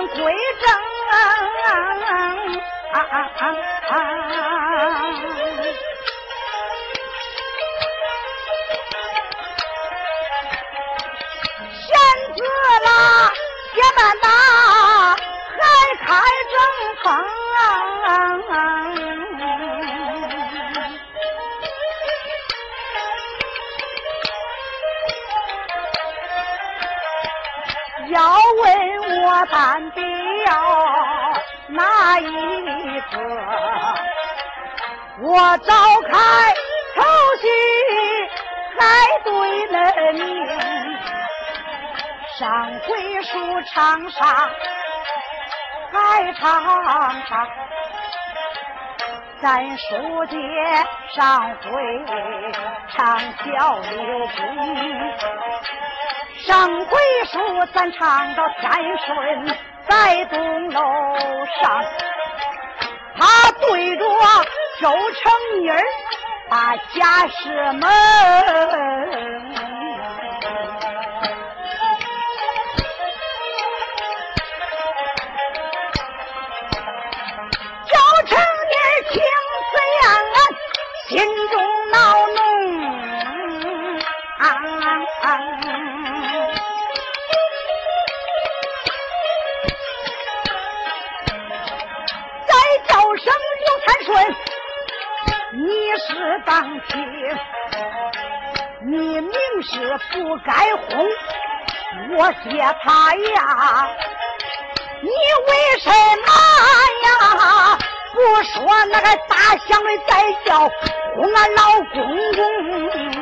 归正。仙子啦，别慢打，还开正风。要问我单的要哪一个，我召开头绪还对了你，上回书唱上还唱上，咱书界上回唱小六公，上回书咱唱到天顺在东楼上，他对着周成妮儿把家事们，周成妮儿听此言，心中恼怒。再叫声刘天顺，你是当亲，你明是不该轰我接他呀，你为什么呀不说那个大响的在叫轰俺老公公？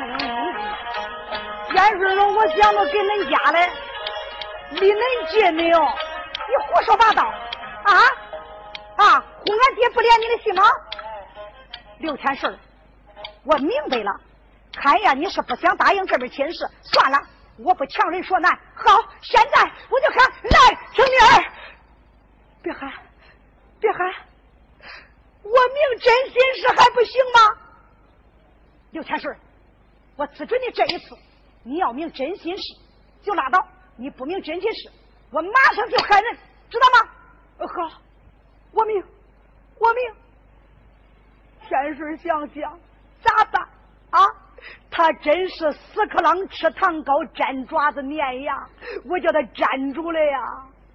天顺说，我想到给恁家来离恁近没有？你胡说八道啊！轰俺爹不连你的心吗？刘天顺，我明白了，看呀你是不想答应这门亲事，算了，我不强人所难。好，现在我就喊来成妮儿，别喊，我明真心事还不行吗？刘天顺，我只准你这一次，你要明真心事就拉倒，你不明真心事，我马上就喊人，知道吗？好，我明。天顺想想咋办啊？他真是死壳郎吃糖糕粘爪子粘牙，我叫他粘住了呀！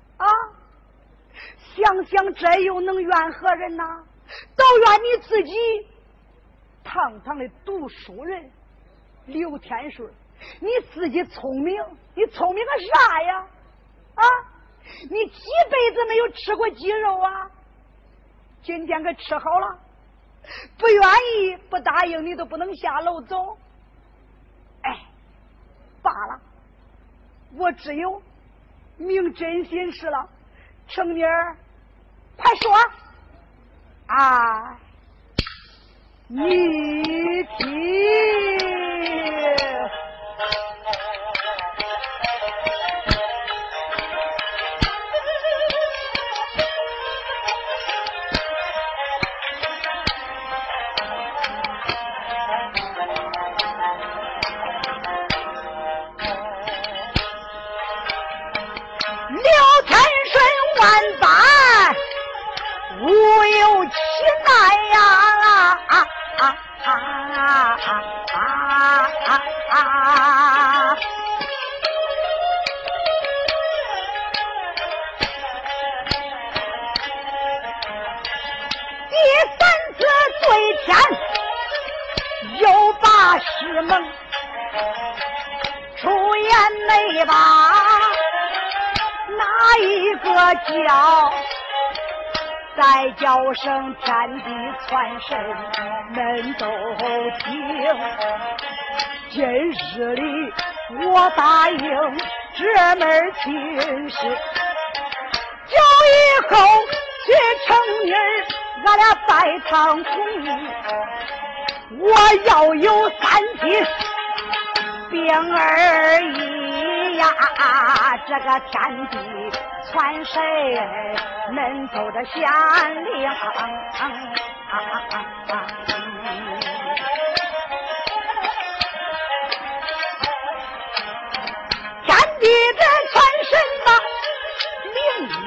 想想这又能怨何人呐？都怨你自己，堂堂的读书人刘天顺，你自己聪明，你聪明个啥呀？你几辈子没有吃过鸡肉啊？今天可吃好了，不愿意不答应你都不能下楼走。罢了，我只有明真心事了。成妮儿，快说你听。无有其难呀！第三次对天又把师梦出言内把哪一个叫？再叫声天地传神，恁都听。今日里我答应这门亲事，就以后去成妮儿，俺俩拜堂红。我要有3斤兵而已呀，这个天地传神。恁走的县令，天地的传神吧，名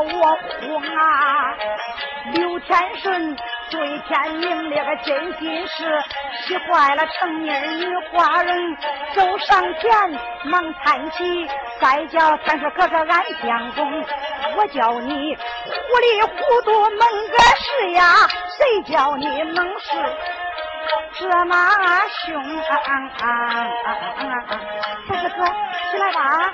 我慌啊！刘天顺对天明了个真心事，气坏了成妮儿女花人，走上前忙叹气，再叫天顺哥哥俺相公，我叫你糊里糊涂蒙个事呀，谁叫你蒙事这么凶天顺哥起来吧，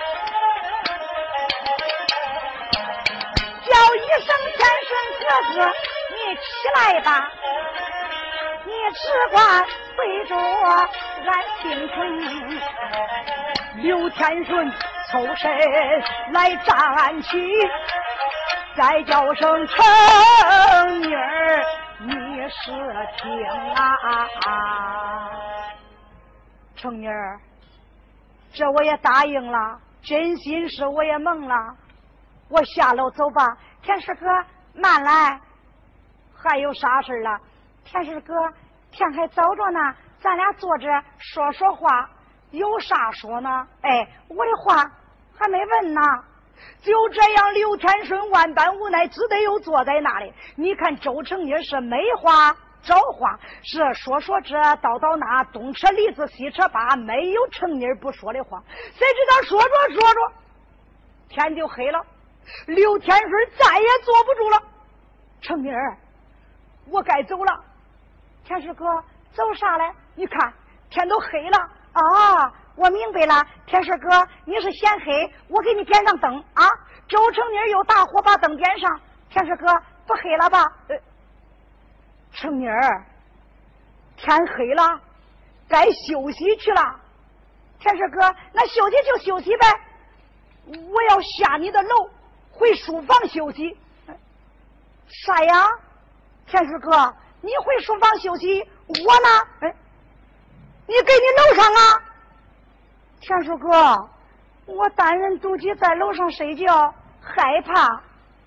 叫一声天顺哥哥你起来吧，你只管背着俺姓陈。刘天顺抽身来站起，再叫声成妮儿你是听啊。成妮儿，这我也答应了，真心事我也蒙了，我下楼走吧。天师哥慢来，还有啥事了？天师哥天还早着呢，咱俩坐着说说话，有啥说呢？哎，我的话还没问呢。就这样，刘天顺万般无奈，只得又坐在那里。你看周成妮是没话找话，是说这叨叨那，东扯梨子西扯八，没有成妮不说的话。谁知道说着天就黑了，刘天顺再也坐不住了。成妮儿，我该走了。天师哥，走啥嘞？你看天都黑了啊！我明白了，天师哥，你是嫌黑，我给你点上灯啊。周成妮又打火把灯点上，天师哥不黑了吧？成妮儿，天黑了，该休息去了。天师哥，那休息就休息呗，我要下你的楼回书房休息。啥呀？天师哥，你回书房休息，我呢？你给你楼上啊？天师哥，我单人独居在楼上睡觉，害怕。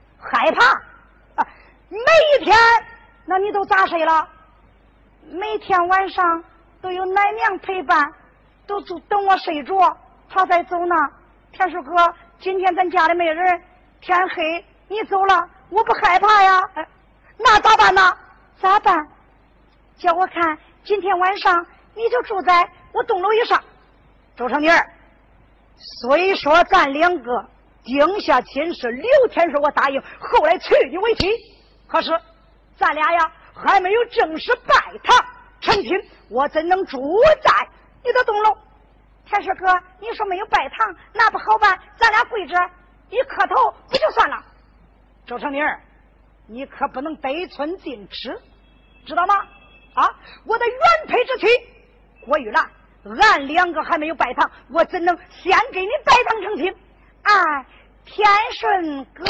每一天，那你都咋睡了？每天晚上都有奶娘陪伴，都等我睡着，他再走呢。天师哥，今天咱家里没人，天黑你走了，我不害怕呀。那咋办呢？咋办？叫我看今天晚上你就住在我栋楼以上。周成妮儿，虽说咱两个定下亲事，刘天顺我答应，后来娶你为妻，可是咱俩呀还没有正式拜堂成亲，我怎能住在你的栋楼？天师哥，你说没有拜堂，那不好办，咱俩跪着一磕头不就算了？周成妮儿，你可不能得寸进尺，知道吗？啊，我的原配之妻郭玉兰，俺两个还没有拜堂，我怎能先给你拜堂成亲？哎，天顺哥，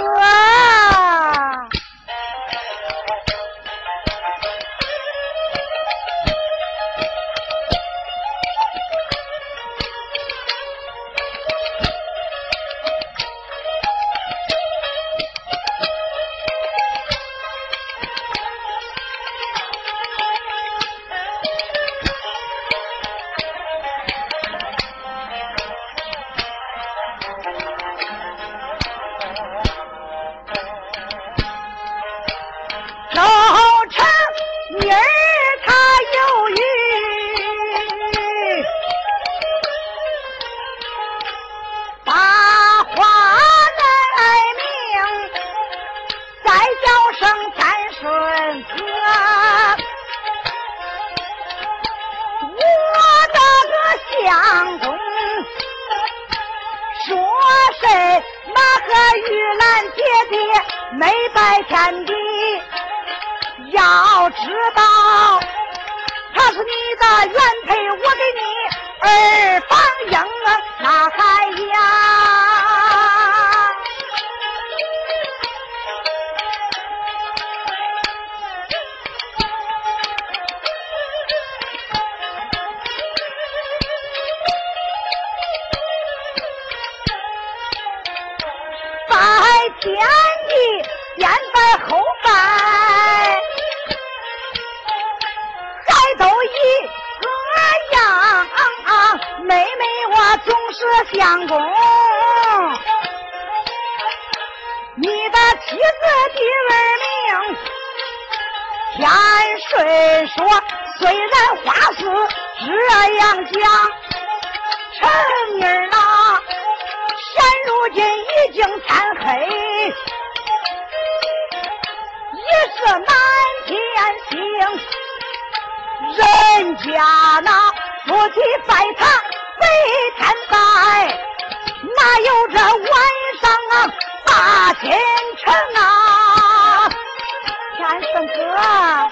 天地要知道他是你的原配，我给你二房应那还呀拜天地先拜后拜，还都一个样。妹妹我总是相公，你的妻子第二名。天顺说，虽然话是这样讲，成妮儿啊，现如今已经天黑，已是满天星。人家那夫妻拜堂白天拜，哪有这晚上啊大天成啊？天顺哥，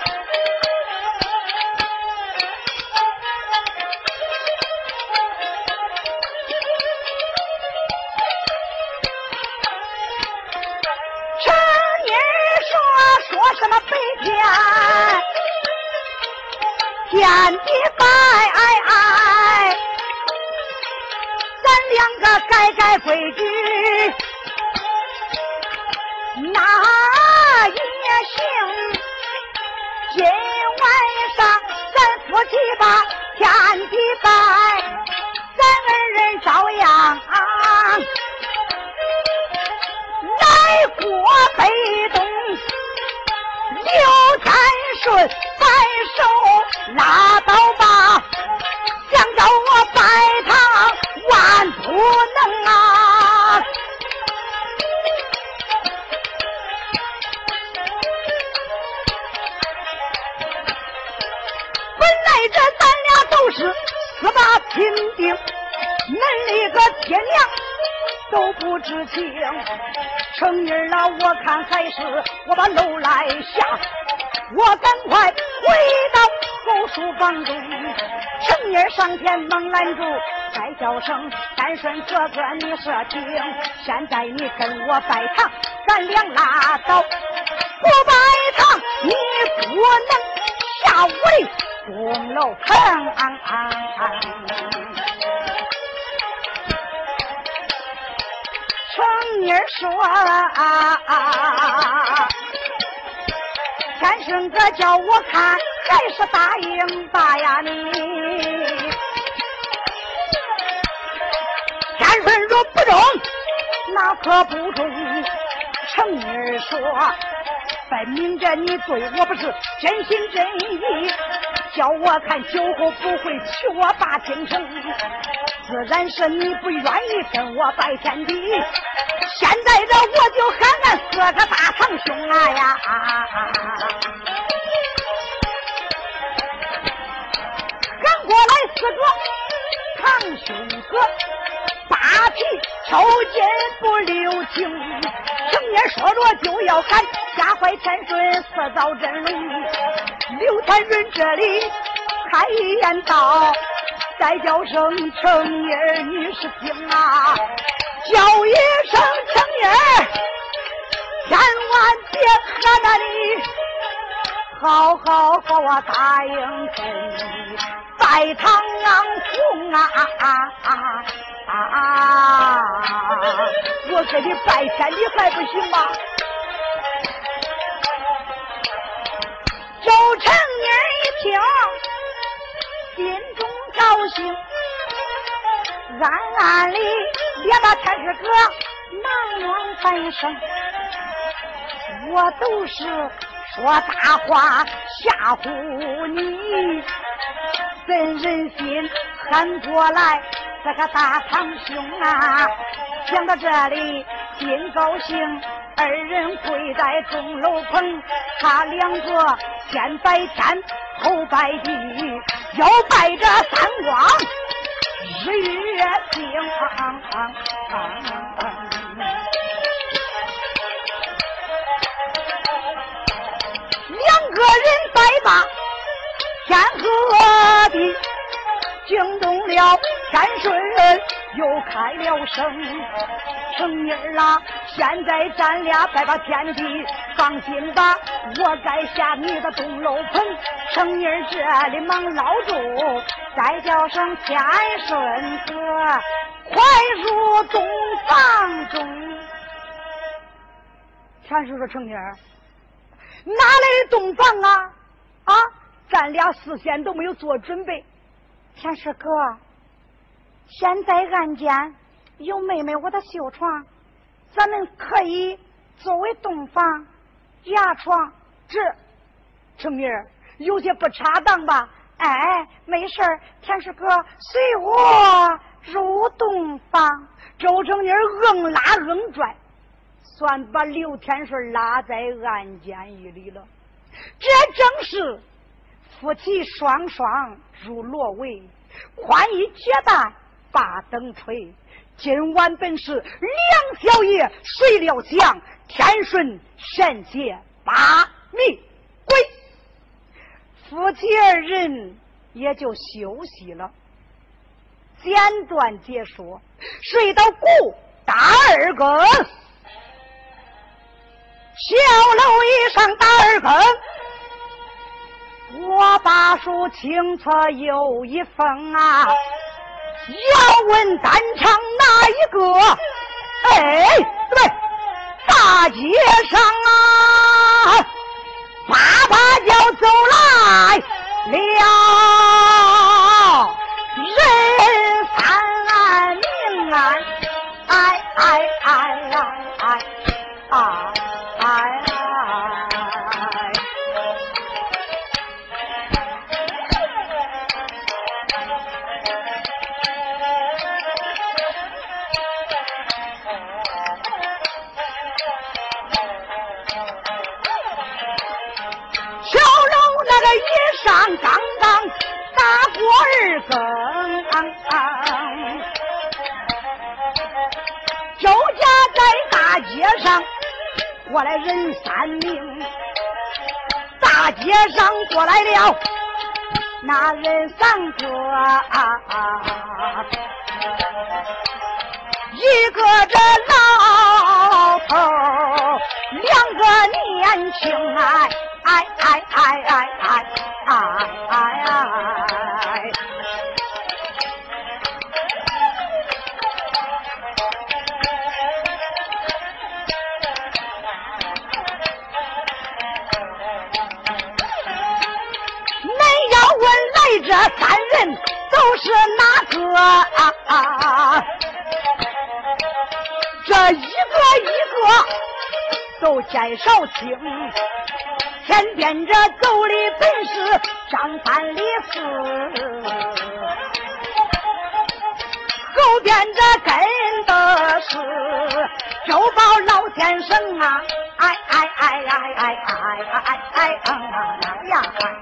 成妮说什么白天天地拜，咱两个改规矩，那也行。今晚上咱夫妻把天地拜，咱二人照样来过北东，刘三顺摆手拉倒吧，想叫我拜堂万不能啊！本来这咱俩都是四大平定，恁那个爹娘都不知情。成妮儿啊，我看还是我把楼来下，我赶快回到后书房中。成妮儿上前忙拦住，再叫声单顺哥哥你说听，现在你跟我拜堂，咱俩拉倒，不拜堂你不能下我的钟楼棚。成妮儿说天顺哥叫我看还是答应吧呀你。天顺说不中，那可不中。成妮儿说分明着你对我不是真心真意，叫我看酒后不会娶我把京城，自然是你不愿意跟我拜天地。现在这我就喊俺四个大堂兄啊呀，喊过来四个堂兄哥，八提抽筋不留情。成年说着就要喊吓坏天顺四遭真龙。刘天润这里开言道，再叫声成妮儿你是听啊，叫一声成妮儿，千万别和那里好好和我答应跟你拜堂红我给你拜天你还不行吗？周成妮儿一听心中高兴，暗里也把天师哥埋怨半声，我都是说大话吓唬你，怎忍心喊过来这个大堂兄啊？想到这里心高兴，二人跪在钟楼棚，他两个先拜天后拜地，又拜着三光日月星。两个人拜罢天和地，惊动了天顺又开了声，成妮儿啊，现在咱俩拜把天地，放心吧，我该下你的钟楼棚。成妮儿这里忙捞住，再叫声天顺哥，快入洞房中。天顺说成妮儿，哪来的洞房啊？咱俩事先都没有做准备。天顺哥，现在案件有妹妹我的绣床，咱们可以作为洞房牙床，这成名有些不恰当吧？哎，没事儿，天师哥随我入洞房。周成妮硬拉硬拽，算把刘天顺拉在暗监狱里了。这正是夫妻双双入罗围，宽衣解带把灯吹。今晚本是梁小爷，谁料想天顺神邪把命归。夫妻二人也就休息了。简短解说，睡到鼓打二更，小楼一上打二更，我把书清册有一封啊，要问单唱哪一个？哎，对，大街上啊，叭叭叫走来了人三命案，哎哎哎哎哎哎哎！小楼那个衣裳刚刚打过二更，周家在大街上过来人三名，大街上过来了那人三个，一个这老头，两个年轻哎哎哎哎哎哎哎哎哎！这三人都是哪个这一个一个都介绍清，前边这走的本是张三李四，后边这跟的是周宝老先生啊，哎哎哎哎哎哎哎哎呀！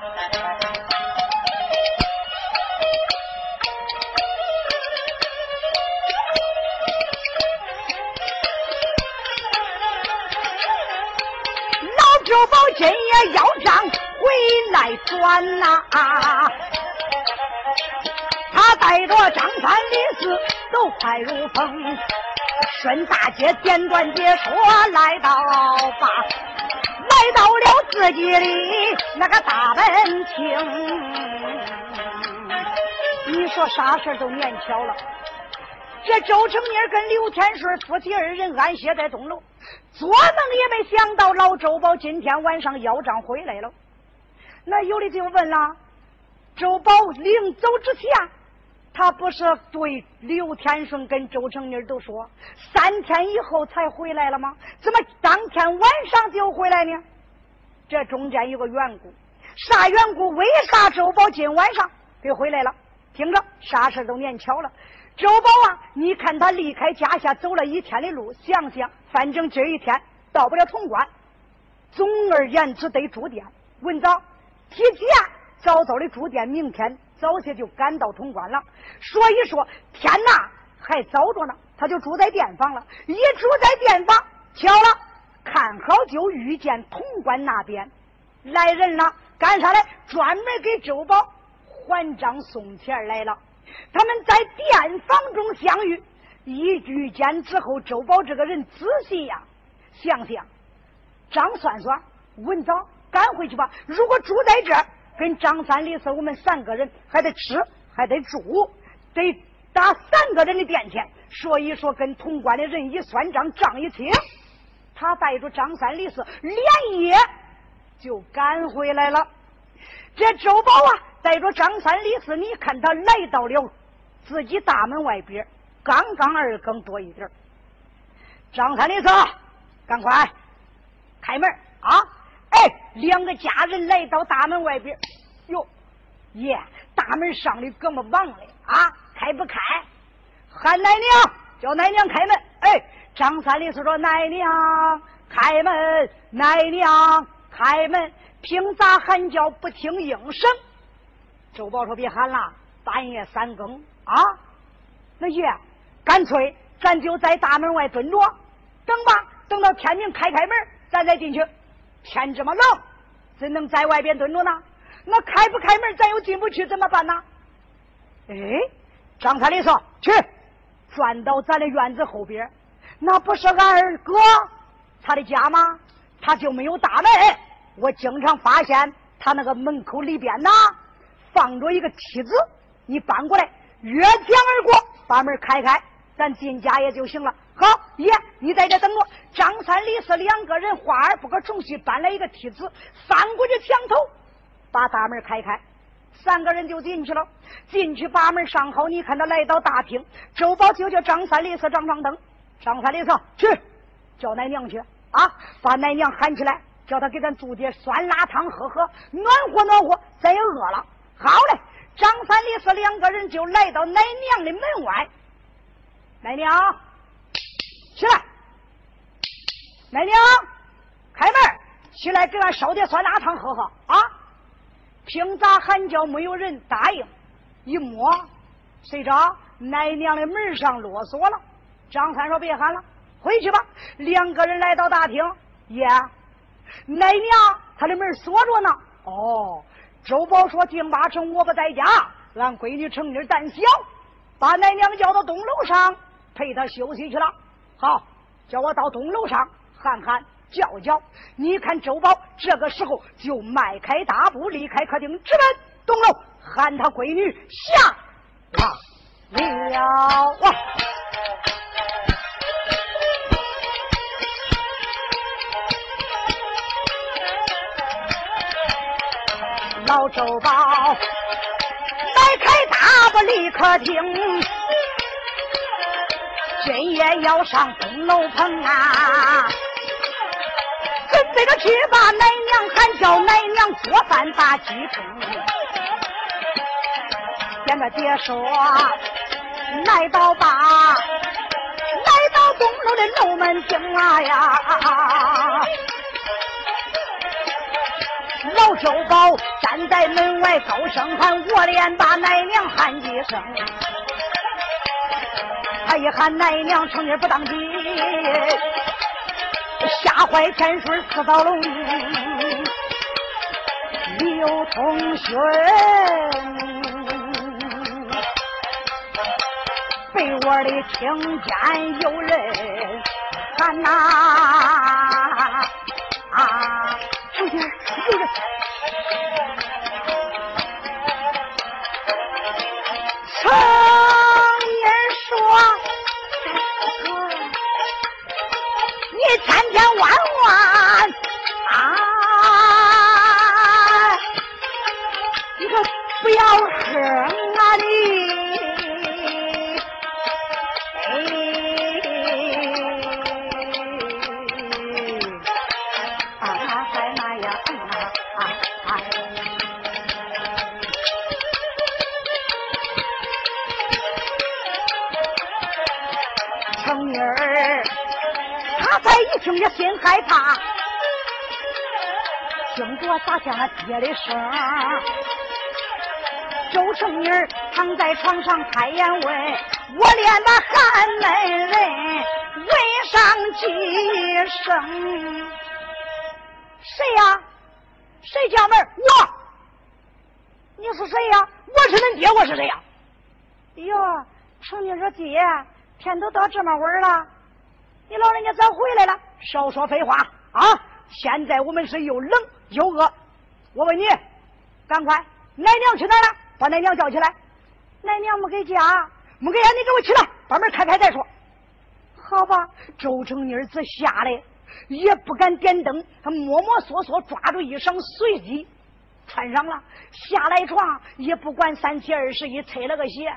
周宝今夜要账回来转呐，他带着张三李四都快如风，顺大街简短解说来到吧，来到了自己的那个大本厅。你说啥事都念巧了，这周成妮跟刘天顺夫妻二人安歇在东楼，做梦也没想到老周宝今天晚上要账回来了。那有的就问了，周宝临走之前他不是对刘天顺跟周成妮都说3天以后才回来了吗？怎么当天晚上就回来呢？这中间有个缘故，啥缘故？为啥周宝今晚上给回来了？听着，啥事都念巧了。周宝啊，你看他离开家下走了1天的路，想想反正这一天到不了潼关，总而言之得住店。文早提前早早的住店，明天早些就赶到潼关了。所以说天哪还早着呢，他就住在店房了。一住在店房，巧了，看好就遇见潼关那边来人了，干啥来？专门给周宝还账送钱来了。他们在店房中相遇，一遇见之后，周宝这个人仔细呀，想想张算算文早赶回去吧，如果住在这儿跟张三李四我们3个人还得吃还得住，得打3个人的店钱，所以说跟潼关的人一算账，账一清，他带着张三李四连夜就赶回来了。这周宝啊带着张三李四，你看他来到了自己大门外边，刚刚2更多一点。张三李四，赶快开门啊！哎，两个家人来到大门外边，哟，爷，大门上的这么忙嘞啊，开不开？喊奶娘，叫奶娘开门。哎，张三李四说：“奶娘开门，奶娘开门。”凭咋喊叫不听应声？周宝说：“别喊了，半夜3更啊！那爷，干脆咱就在大门外蹲着，等吧，等到天明开门，咱再进去。天这么冷，怎能在外边蹲着呢？那开不开门，咱又进不去，怎么办呢？”哎，张三李说：“去，转到咱的院子后边，那不是俺二哥他的家吗？他就没有大门。我经常发现他那个门口里边呐，放着一个梯子，你搬过来，越墙而过，把门开开，咱进家也就行了。好，爷，你在这等我。”张三李四两个人话而不可重续，搬来一个梯子，翻过去墙头，把大门开开，3个人就进去了。进去把门上好，你看他来到大厅，周宝就叫张三李四张上灯。张三李四去叫奶娘去啊，把奶娘喊起来，叫他给咱煮点酸辣汤喝喝，暖和暖和，咱也饿了。好嘞，张三李四两个人就来到奶娘的门外。奶娘起来，奶娘开门，起来给俺烧点酸辣汤喝喝啊！凭咋喊叫没有人答应，一摸谁知奶娘的门上啰嗦了。张三说：“别喊了，回去吧。”2个人来到大厅，爷，奶娘她的门锁着呢。哦，周宝说：“定八成我不在家，俺闺女成妮胆小，把奶娘叫到东楼上陪她休息去了。好，叫我到东楼上喊喊叫叫。”你看周宝这个时候就迈开大步离开客厅，直奔东楼，喊他闺女下了啊！老周宝迈开大步离客厅，今夜要上东楼棚啊，准备着去把奶娘喊叫，奶娘做饭把鸡蒸。见他爹说来到东楼的楼门厅啊呀，老周宝站在门外高声喊：“我连把奶娘喊几声。”他一喊奶娘成日不当机，吓坏天水四道龙刘同学，被窝里听见有人喊呐同学有人成人说你千千万万你可不要生啊你成妮儿他才一听也心害怕，听着咋像他爹的声。周成妮儿躺在床上开眼问：“我连把喊门人问上几声？谁呀？谁家门？我。你是谁呀？我是恁爹，我是谁呀？哟，成妮说爹，天都到这么晚了，你老人家早回来了？少说废话啊！现在我们是又冷又饿，我问你，赶快，奶娘去哪儿了？把奶娘叫起来。奶娘没给家，没给家，你给我起来，把门开开再说。好吧，周成妮儿子吓得也不敢点灯，他摸摸索索抓住衣裳，随即穿上了，下来床也不管3七21，踩了个鞋。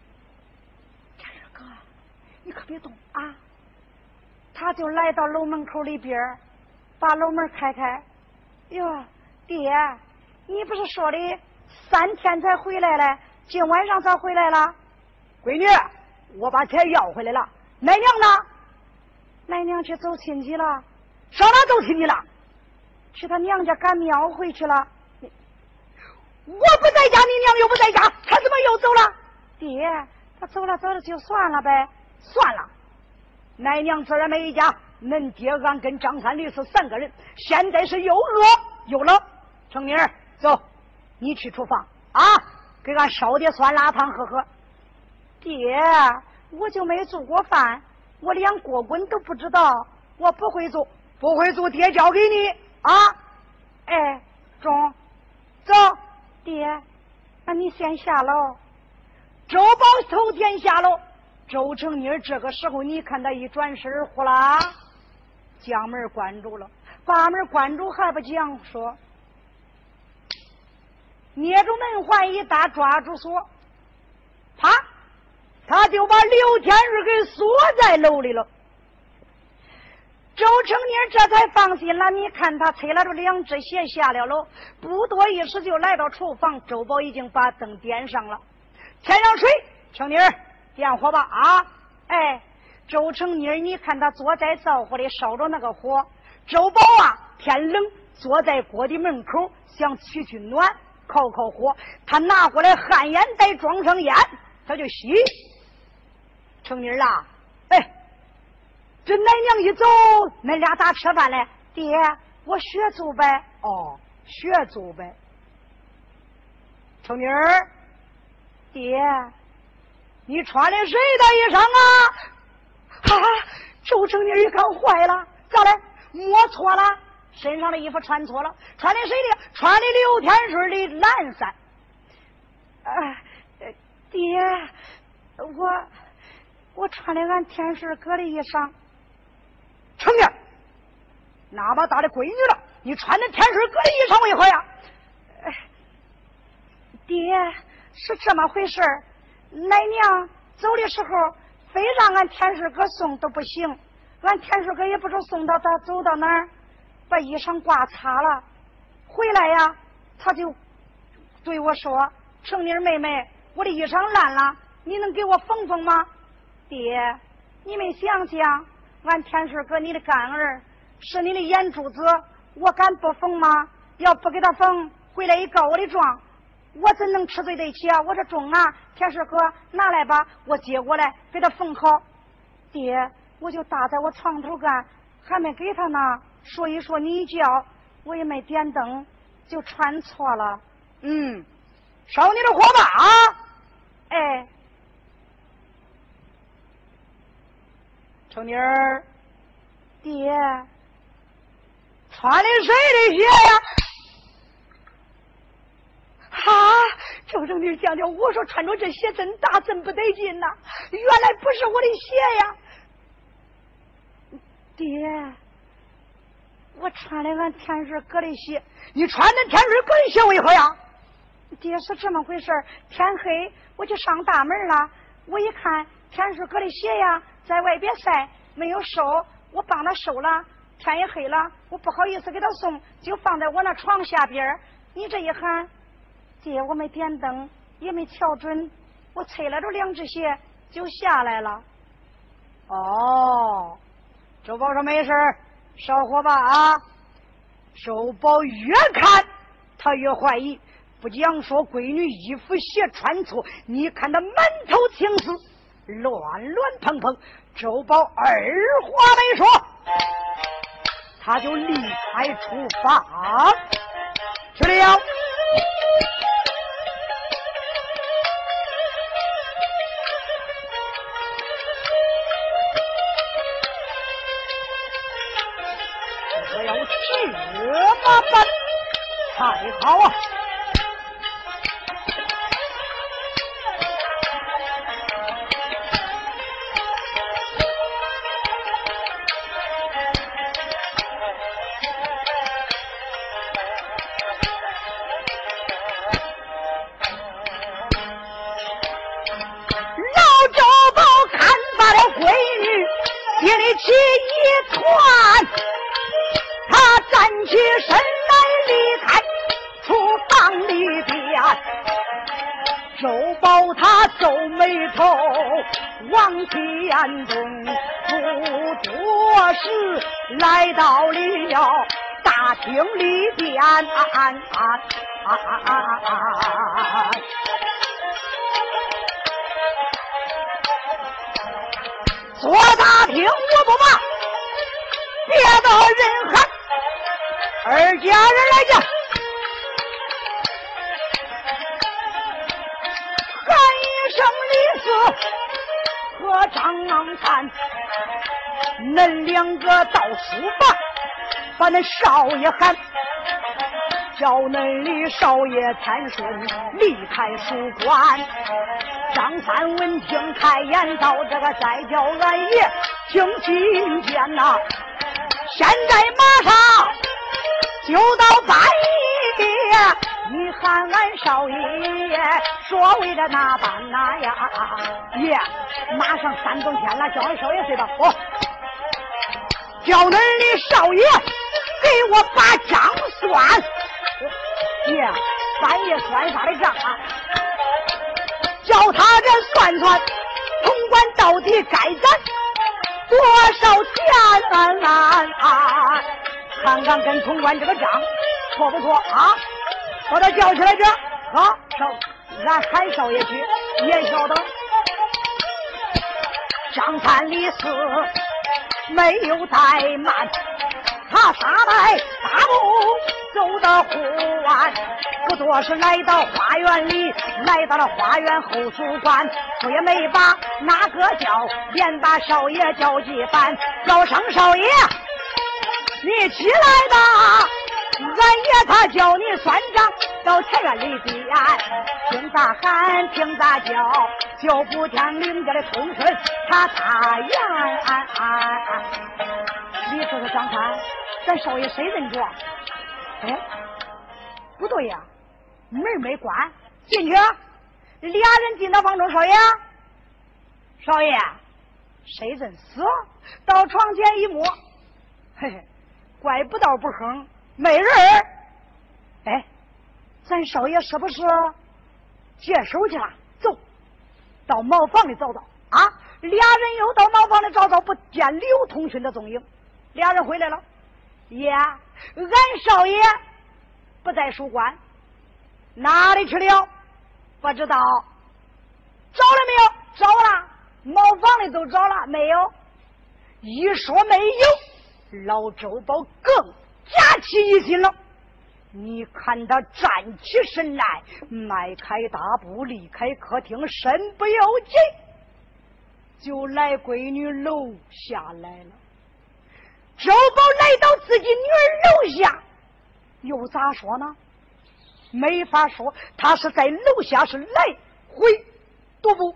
哥，你可别动啊！他就来到楼门口里边， 把楼门开开。哟，爹，你不是说的3天才回来嘞？今晚上咋回来了？ 闺女，我把钱要回来了。奶娘呢？ 奶娘去走亲戚了。 上哪走亲戚了？ 去他娘家赶庙回去了。 我不在家，你娘又不在家，他怎么又走了？ 爹，他走了就算了呗。 算了，奶娘自然没家，恁爹俺跟张三律是3个人，现在是又饿又冷。成妮儿，走，你去厨房啊，给俺烧点酸辣汤喝喝。 爹，我就没做过饭，我连锅滚都不知道，我不会做。 不会做，爹教给你啊。 哎，中， 走。 爹，那你先下楼。 周宝头天下楼，周成妮这个时候，你看他一转身，呼啦，将门关住了。把门关住还不讲说，捏住门环一打，抓住锁，啪，他就把刘天日给锁在楼里了。周成妮这才放心了。你看他推了这2只鞋下了楼，不多一时就来到厨房。周宝已经把灯点上了，添上水。成妮儿，点火吧啊！ 哎， 周成妮儿，你看他坐在灶火里烧着那个火。周宝啊，天冷，坐在锅的门口想取暖，烤烤火。他拿过来旱烟袋，装上烟，他就吸。成妮儿啊，哎。这奶娘一走，恁俩咋吃饭嘞？ 爹，我学做呗。 哦，学做呗。成妮儿， 爹， 你穿的谁的衣裳啊？ 啊！周成妮一看坏了，咋嘞？ 摸错了，身上的衣服穿错了，穿的谁的？穿的刘天顺的蓝衫。 爹，我穿的俺天顺哥的衣裳。 成妮，那么大的闺女了，你穿的天顺哥的衣裳为何呀？ 爹，是这么回事儿。奶娘走的时候，非让俺天顺哥送都不行。俺天顺哥也不知送到他走到哪儿，把衣裳挂擦了。回来呀，他就对我说：“成妮妹妹，我的衣裳烂了，你能给我缝缝吗？”爹，你们想想。俺天顺哥，你的干儿是你的眼珠子，我敢不缝吗？要不给他缝，回来一告我的状，我怎能吃罪得起啊？我说中啊，天顺哥拿来吧，我接过来给他缝好。爹，我就搭在我床头干，还没给他呢。说一说你一叫，我也没点灯，就穿错了。 烧你的火吧啊！ 哎。 成妮儿， 爹， 穿的谁的鞋呀？ 周成妮讲讲，我说穿着这鞋真大，真不得劲呐！原来不是我的鞋呀。爹，我穿的俺天顺哥的鞋。 你穿的天顺哥的鞋为何呀？ 爹，是这么回事，天黑我就上大门了，我一看天顺哥的鞋呀在外边晒，没有收，我帮他收了。天也黑了，我不好意思给他送，就放在我那床下边。你这一喊，爹，我没点灯，也没瞧准，我催了这2只鞋就下来了。 哦，周宝说没事，烧火吧啊！周宝越看他越怀疑，不讲说闺女衣服鞋穿错，你看他满头青丝，乱乱蓬蓬。周宝二话没说，他就离开厨房去了。我要这么办才好啊！心里起一团，他站起身来离开厨房里边。周宝他皱眉头往前走，不多时来到了大厅里边。坐大厅我不怕别的人喊，二家人来讲喊一声李四和张三，恁两个到书房把恁少爷喊，叫恁李少爷参孙离开书馆。张三闻听开言道：“这个再叫俺爷听金见呐，现在马上就到半夜，你喊俺少爷所谓的那般那呀？爷，马上3更天了，叫俺少爷睡吧。哦，叫恁的少爷给我把账算。爷，半夜算啥的账啊？叫他这算算，通关到底该攒多少钱啊？看看跟通关这个账错不错啊？把他叫起来这啊，俺喊少爷去，也晓得。张三李四没有怠慢，他撒迈大步走到户外，不多时来到花园里，来到了花园后书馆，我也没把哪个叫，连把少爷叫几番，叫声少爷你起来吧，俺爷他叫你算账到财院里边，听咋喊听咋叫，就不听邻家的通顺他大言。你说说张三，咱少爷谁认着？哎，不对呀，门没关，进去。俩人进到房中，少爷，少爷，谁认死？到床前一摸，嘿嘿，怪不到不哼，没人。哎，咱少爷是不是接手去了？走到茅房里找找啊！俩人又到茅房里找找，不见刘通勋的踪影。俩人回来了，爷，俺少爷不在书馆，哪里去了？不知道。找了没有？找了，茅房里都找了，没有。一说没有，老周宝更加起疑心了。你看他站起身来，迈开大步离开客厅，身不由己就来闺女楼下来了。周宝来到自己女儿楼下，又咋说呢？没法说，他是在楼下是来回踱步。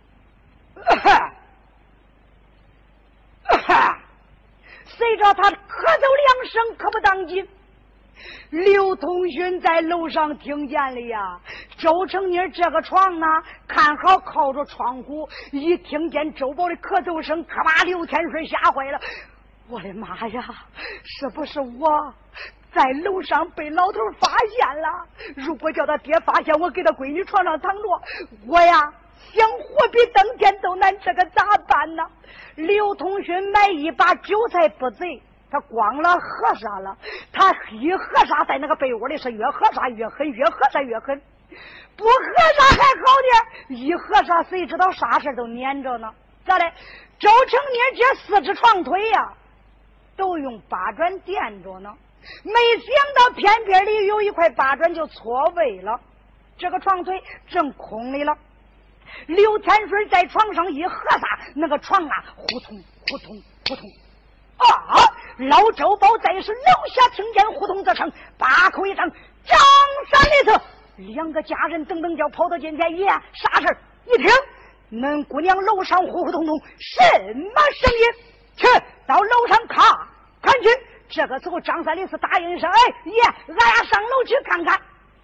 随着他咳嗽2声，可不当紧。刘通勋在楼上听见了呀，周成妮这个床呢，看好靠着窗户，一听见周宝的咳嗽声，可把刘天顺吓坏了。我的妈呀，是不是我在楼上被老头发现了？如果叫他爹发现我给他闺女床上躺着，我呀想活比登天都难，这个咋办呢？刘通勋买一把韭菜不贼，他光了合杀了，他一合杀在那个被窝里是越合杀越狠，越合杀越狠，不合杀还好点，一合杀谁知道啥事都撵着呢？咋的？周成妮这4只床腿呀都用八转垫着呢，没想到偏偏里有一块八转就错位了，这个床腿正空里了。刘天顺在床上一合撒，那个床啊呼通呼通呼通啊！老周宝在是楼下听见呼通这声，把口一张，张三里头2个家人噔噔叫跑到近前，爷啥事？一听恁姑娘楼上呼呼通通，什么声音？去到楼上看去。这个时候张三李四答应一声，哎爷，俺俩上楼去看看。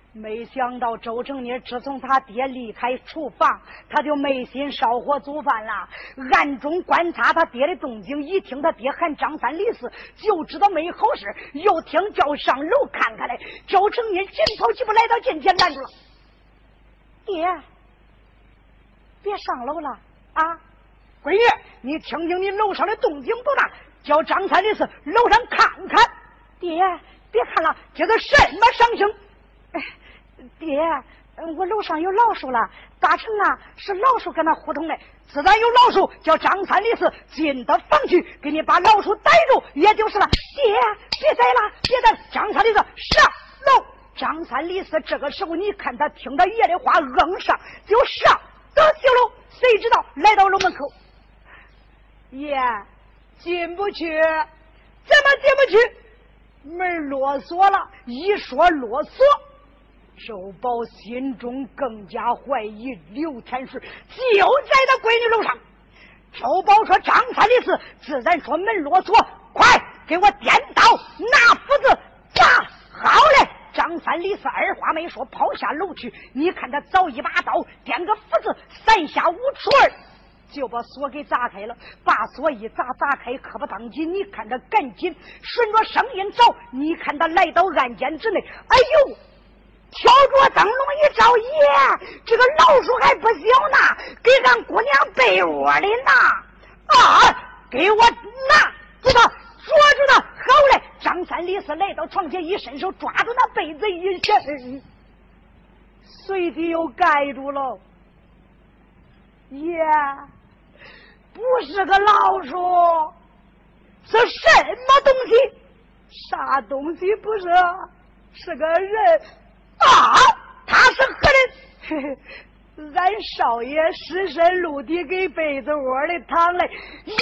没想到周成妮自从他爹离开厨房，他就没心烧火煮饭了。暗中观察他爹的动静，一听他爹喊张三李四，就知道没好事。又听叫上楼看看来，周成妮紧跑几步来到近前拦住了：“爹，别上楼了啊！闺女，你听听你楼上的动静不大，叫张三李四楼上看看。爹，别看了，这个什么伤性？爹，我楼上有老鼠了，大成啊，是老鼠跟他互动的。自然有老鼠，叫张三李四进到房去，给你把老鼠逮住，也就是了。爹，别逮了，别逮！张三李四上楼。张三李四这个时候，你看他听他爷的话，硬上就上到九楼，谁知道来到楼门口，爷进不去，怎么进不去？门啰嗦了，一说啰嗦。周宝心中更加怀疑刘天水就在他闺女楼上。周宝说：“张三李四，自然说门啰嗦，快给我颠刀，拿斧子砸！”好嘞！张三李四二话没说，跑下楼去。你看他早一把刀，颠个斧子，三下五除二，就把锁给砸开了。把锁一砸开，可不当紧。你看他赶紧顺着声音找，你看他来到暗间之内，哎呦！挑着灯笼一照，耶，这个老鼠还不小呢，给俺姑娘被窝里拿啊！给我拿住他，捉住他！好嘞！张三李四来到床前，一伸手抓住那被子一伸，随即又盖住了。耶，不是个老鼠，是什么东西？啥东西不是？是个人。啊！他是何人？俺少爷尸身露地，给被子窝里躺来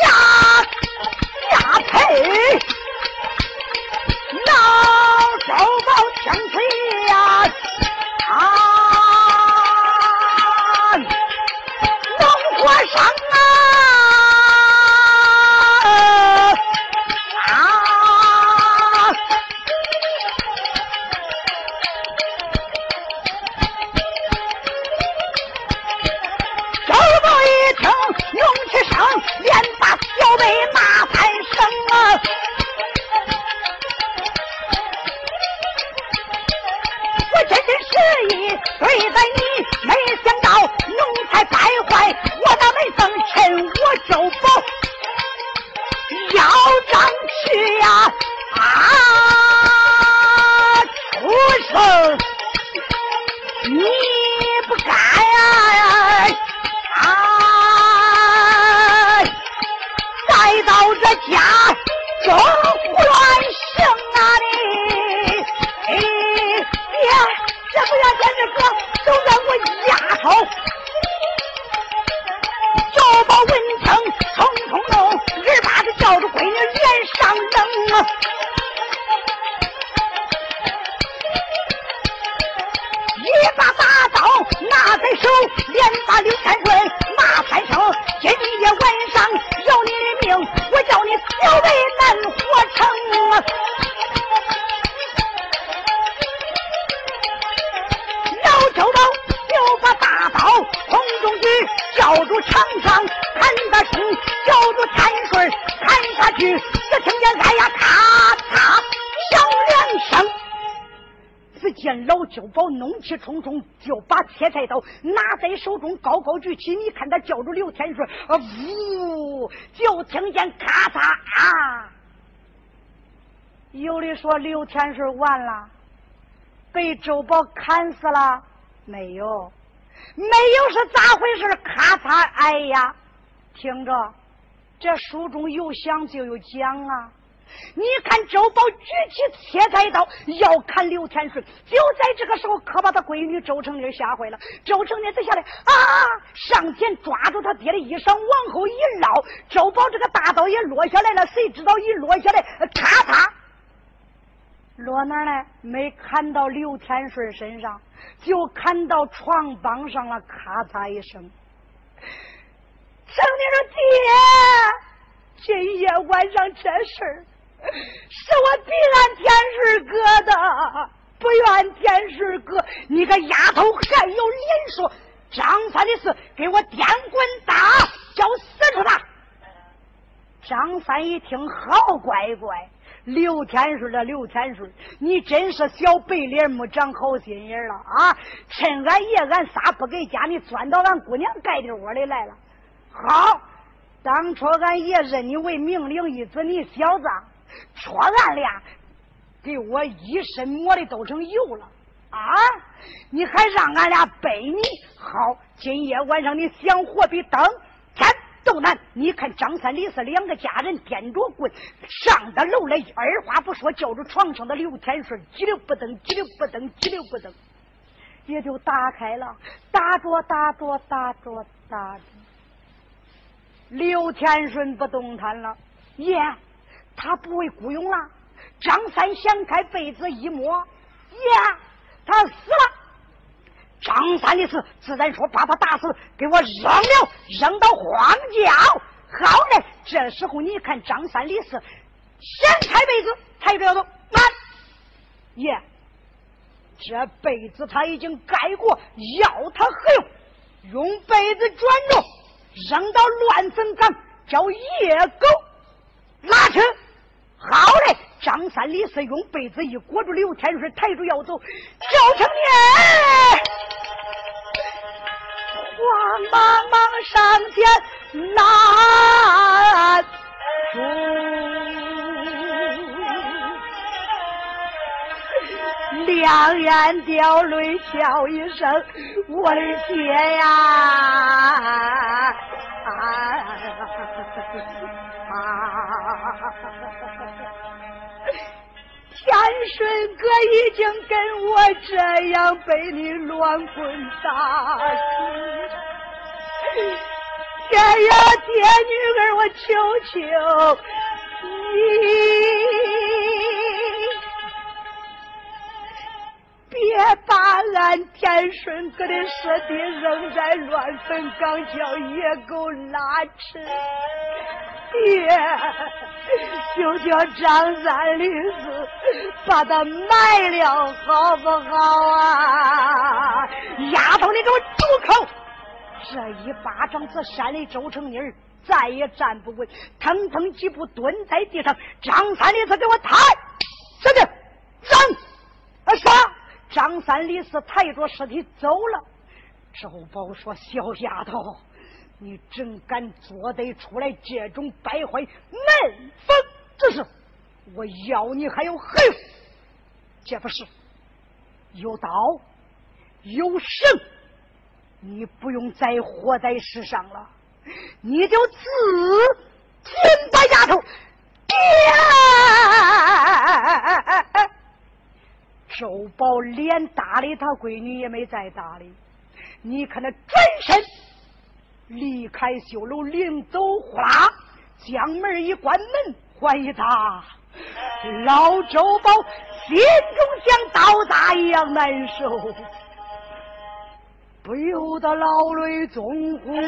呀呸！老周宝听吹呀，龙火上连把小辈骂三声啊！我真是意对待你，没想到奴才败坏我那门风，趁我周宝要张去呀！出生你不该来到这家中乱生啊你！这不要在这个都让我压头！周宝闻听冲冲动，二把子叫住闺女脸上扔啊！一把大刀拿在手，连把刘天顺骂三声。今夜晚上要你的命，我叫你小辈难活成啊！老周宝就把大刀空中举，叫住场上看得清，叫住天水看下去，只听见哎呀咔嚓响两声。只见老九宝怒气冲冲，就把切菜刀拿在手中高高举起。你看他叫住刘天顺，呜，就听见咔嚓啊！有的说刘天顺完了，被周宝砍死了。没有，没有是咋回事？咔嚓！哎呀，听着，这书中有详就有讲啊。你看周宝举起切菜刀要砍刘天顺，就在这个时候可把他闺女周成妮吓坏了。周成妮这下来上前抓住他爹的衣裳往后一捞，周宝这个大刀也落下来了。谁知道一落下来咔嚓落哪儿呢？没砍到刘天顺身上，就砍到床帮上了，咔嚓一声。成妮说：“爹，今夜晚上这事儿是我比俺天顺哥的。 不怨天师哥，你个丫头还有脸说？张三的事给我颠滚打，叫死出他！张三一听，好乖乖，刘天顺的刘天顺，你真是小白脸没长好心眼了啊！趁俺爷俺仨不给家，你钻到俺姑娘盖的窝里来了。好，当初俺爷认你为命令一子，你小子戳俺俩，给我一身抹的都成油了啊！你还让俺俩背你？好，今夜晚上你想活比登天都难。你看张三李四两个家人掂着棍上的楼来，二话不说叫住床上的刘天顺，叽溜不登，叽溜不登，叽溜不登，也就打开了，打着打着打着打着，刘天顺不动弹了。爷，他不会孤勇了。张三掀开被子一摸，爷，他死了。张三的事自然说把他打死，给我扔到荒郊。好嘞，这时候你看张三李四掀开被子，抬着头慢，爷，这被子他已经盖过，要他何用？用被子转着扔到乱坟岗，叫野狗拉扯。好嘞，张三李四用被子一裹住刘天顺，抬住要走，赵成年慌忙忙上前拉住，两眼掉泪叫一声，我的天呀！天顺哥已经跟我这样被你乱棍打死，天呀爹女儿，我求求你，别把俺天顺哥的尸体扔在乱坟岗，叫野狗拉吃。爹，就叫张三李四把他埋了，好不好啊？丫头，你给我住口！这一巴掌子扇的周成妮儿再也站不稳，腾腾几步蹲在地上。张三李四给我抬，这个张啥？张三李四抬着尸体走了。周宝说：“小丫头，你真敢做得出来这种败坏门风之事，我要你还有何用？这不是有刀有绳，你不用再活在世上了，你就自尽吧，丫头！”周宝连搭理他闺女也没再搭理，你看他转身离开绣楼，临走呼啦将门一关，门环一打，老周宝心中像刀疤一样难受，不由得老泪纵横，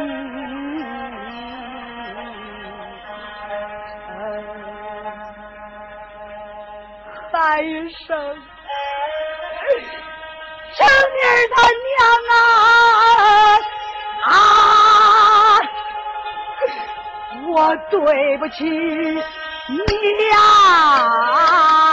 喊一声成妮他娘啊，我对不起你呀！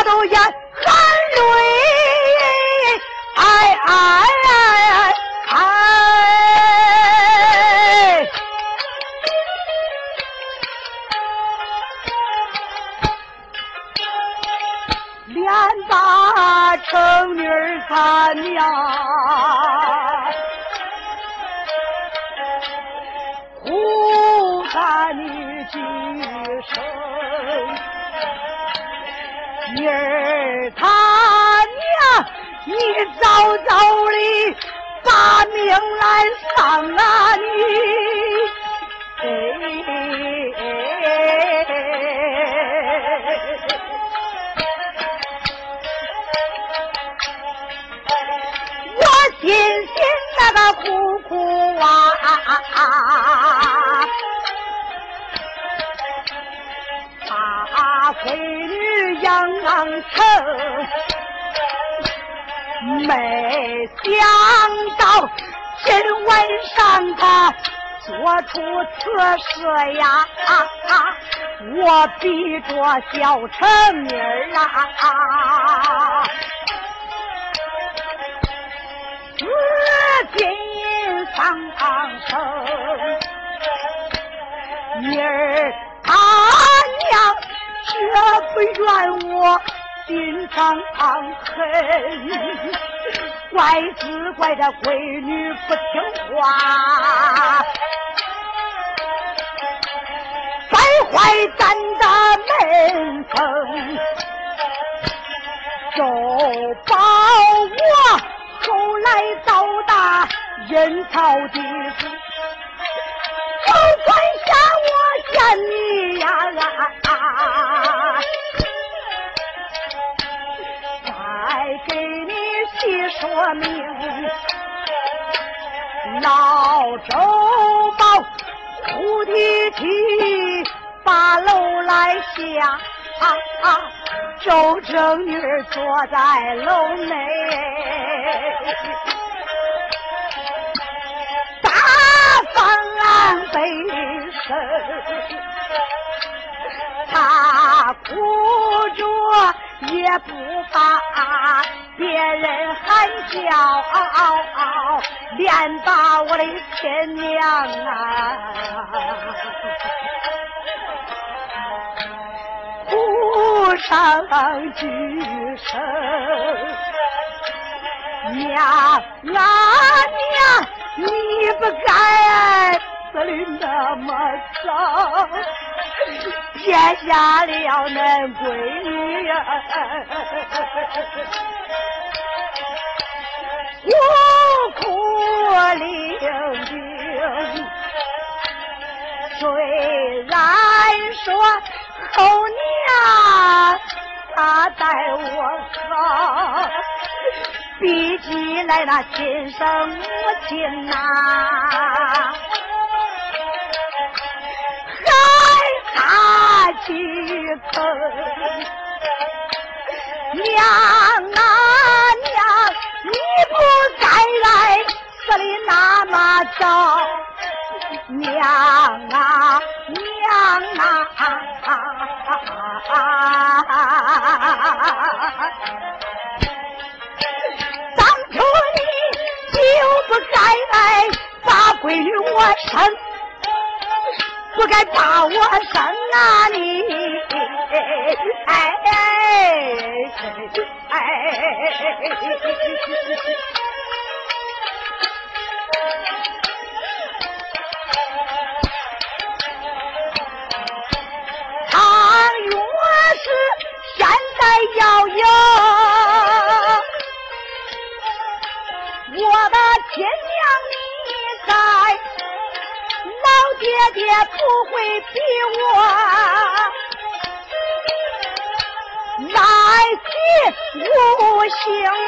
都眼含泪，哎哎哎哎，连把成女儿他娘呼他你几声，女儿他娘你早早的把命来丧啊你，我心心那个苦苦啊，把闺女养成，没想到今晚上他做出此事呀，我逼着小成妮儿啊，紫金丧生，妮儿他娘绝不怨我心肠恨，怪只怪这闺女不听话，败坏咱的门风，就把我后来到达阴曹地府，就算下我见你呀，再给你细说明，老周宝哭啼啼把楼来下，周正女坐在楼内，大方悲声，他哭着也不把别人喊叫，连把我的亲娘啊哭上几声，娘啊娘，你不该死的那么早，撇下了恁闺女呀，我哭伶仃。虽然说后娘她待我好，比起来那亲生母亲呐，还他去坑。娘啊娘，你不该来这里那么早，娘啊娘啊，当初你就不该来把闺女我生，不该把我生啊你，哎哎哎，倘若是现在要有我的亲娘你在，老爹爹不会逼我来去无形，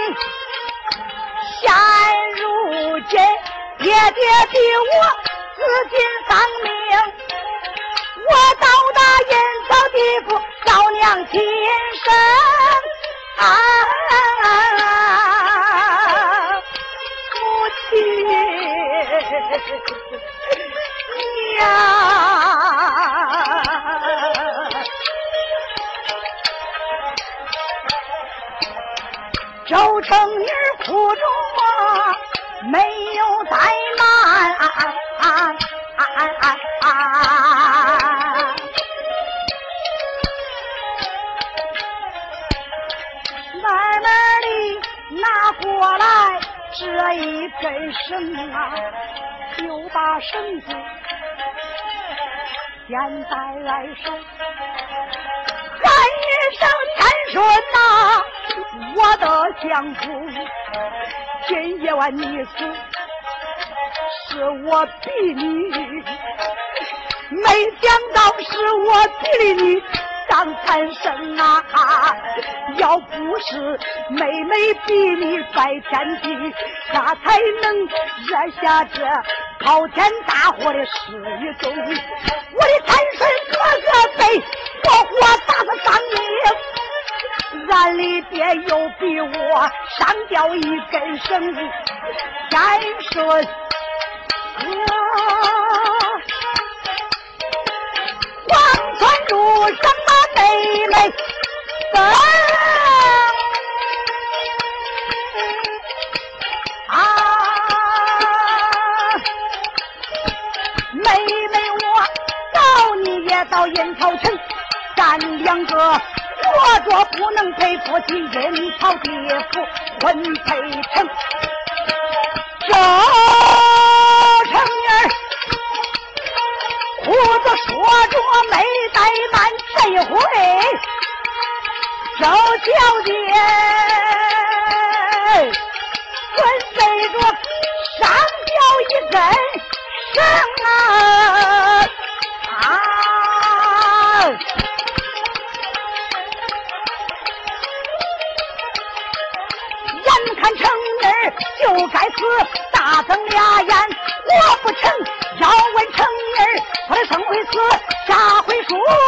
现如今爹爹逼我自尽丧命，我到达阴曹地府找娘亲生母亲娘。 周成女哭中没有怠慢，慢慢地拿过来这一根绳啊，就把绳子牵在来手，喊一声天顺呐，我的相夫，今夜晚你死，是我逼你，没想到是我逼你上残生啊！要不是妹妹逼你拜天地，咋才能惹下这滔天大祸的事与中？我的参孙哥哥被活活打死伤命，俺里爹又逼我上吊一根绳，天顺黄泉路上把妹妹等妹妹我找你也到阴曹城，咱两个活着不能配夫妻，阴曹地府婚配成。周成女胡子说着没怠慢，这一回周小姐准备着上吊一根绳眼看成儿就该死，大睁俩眼活不成，要问成儿他的怎么回事，下回说。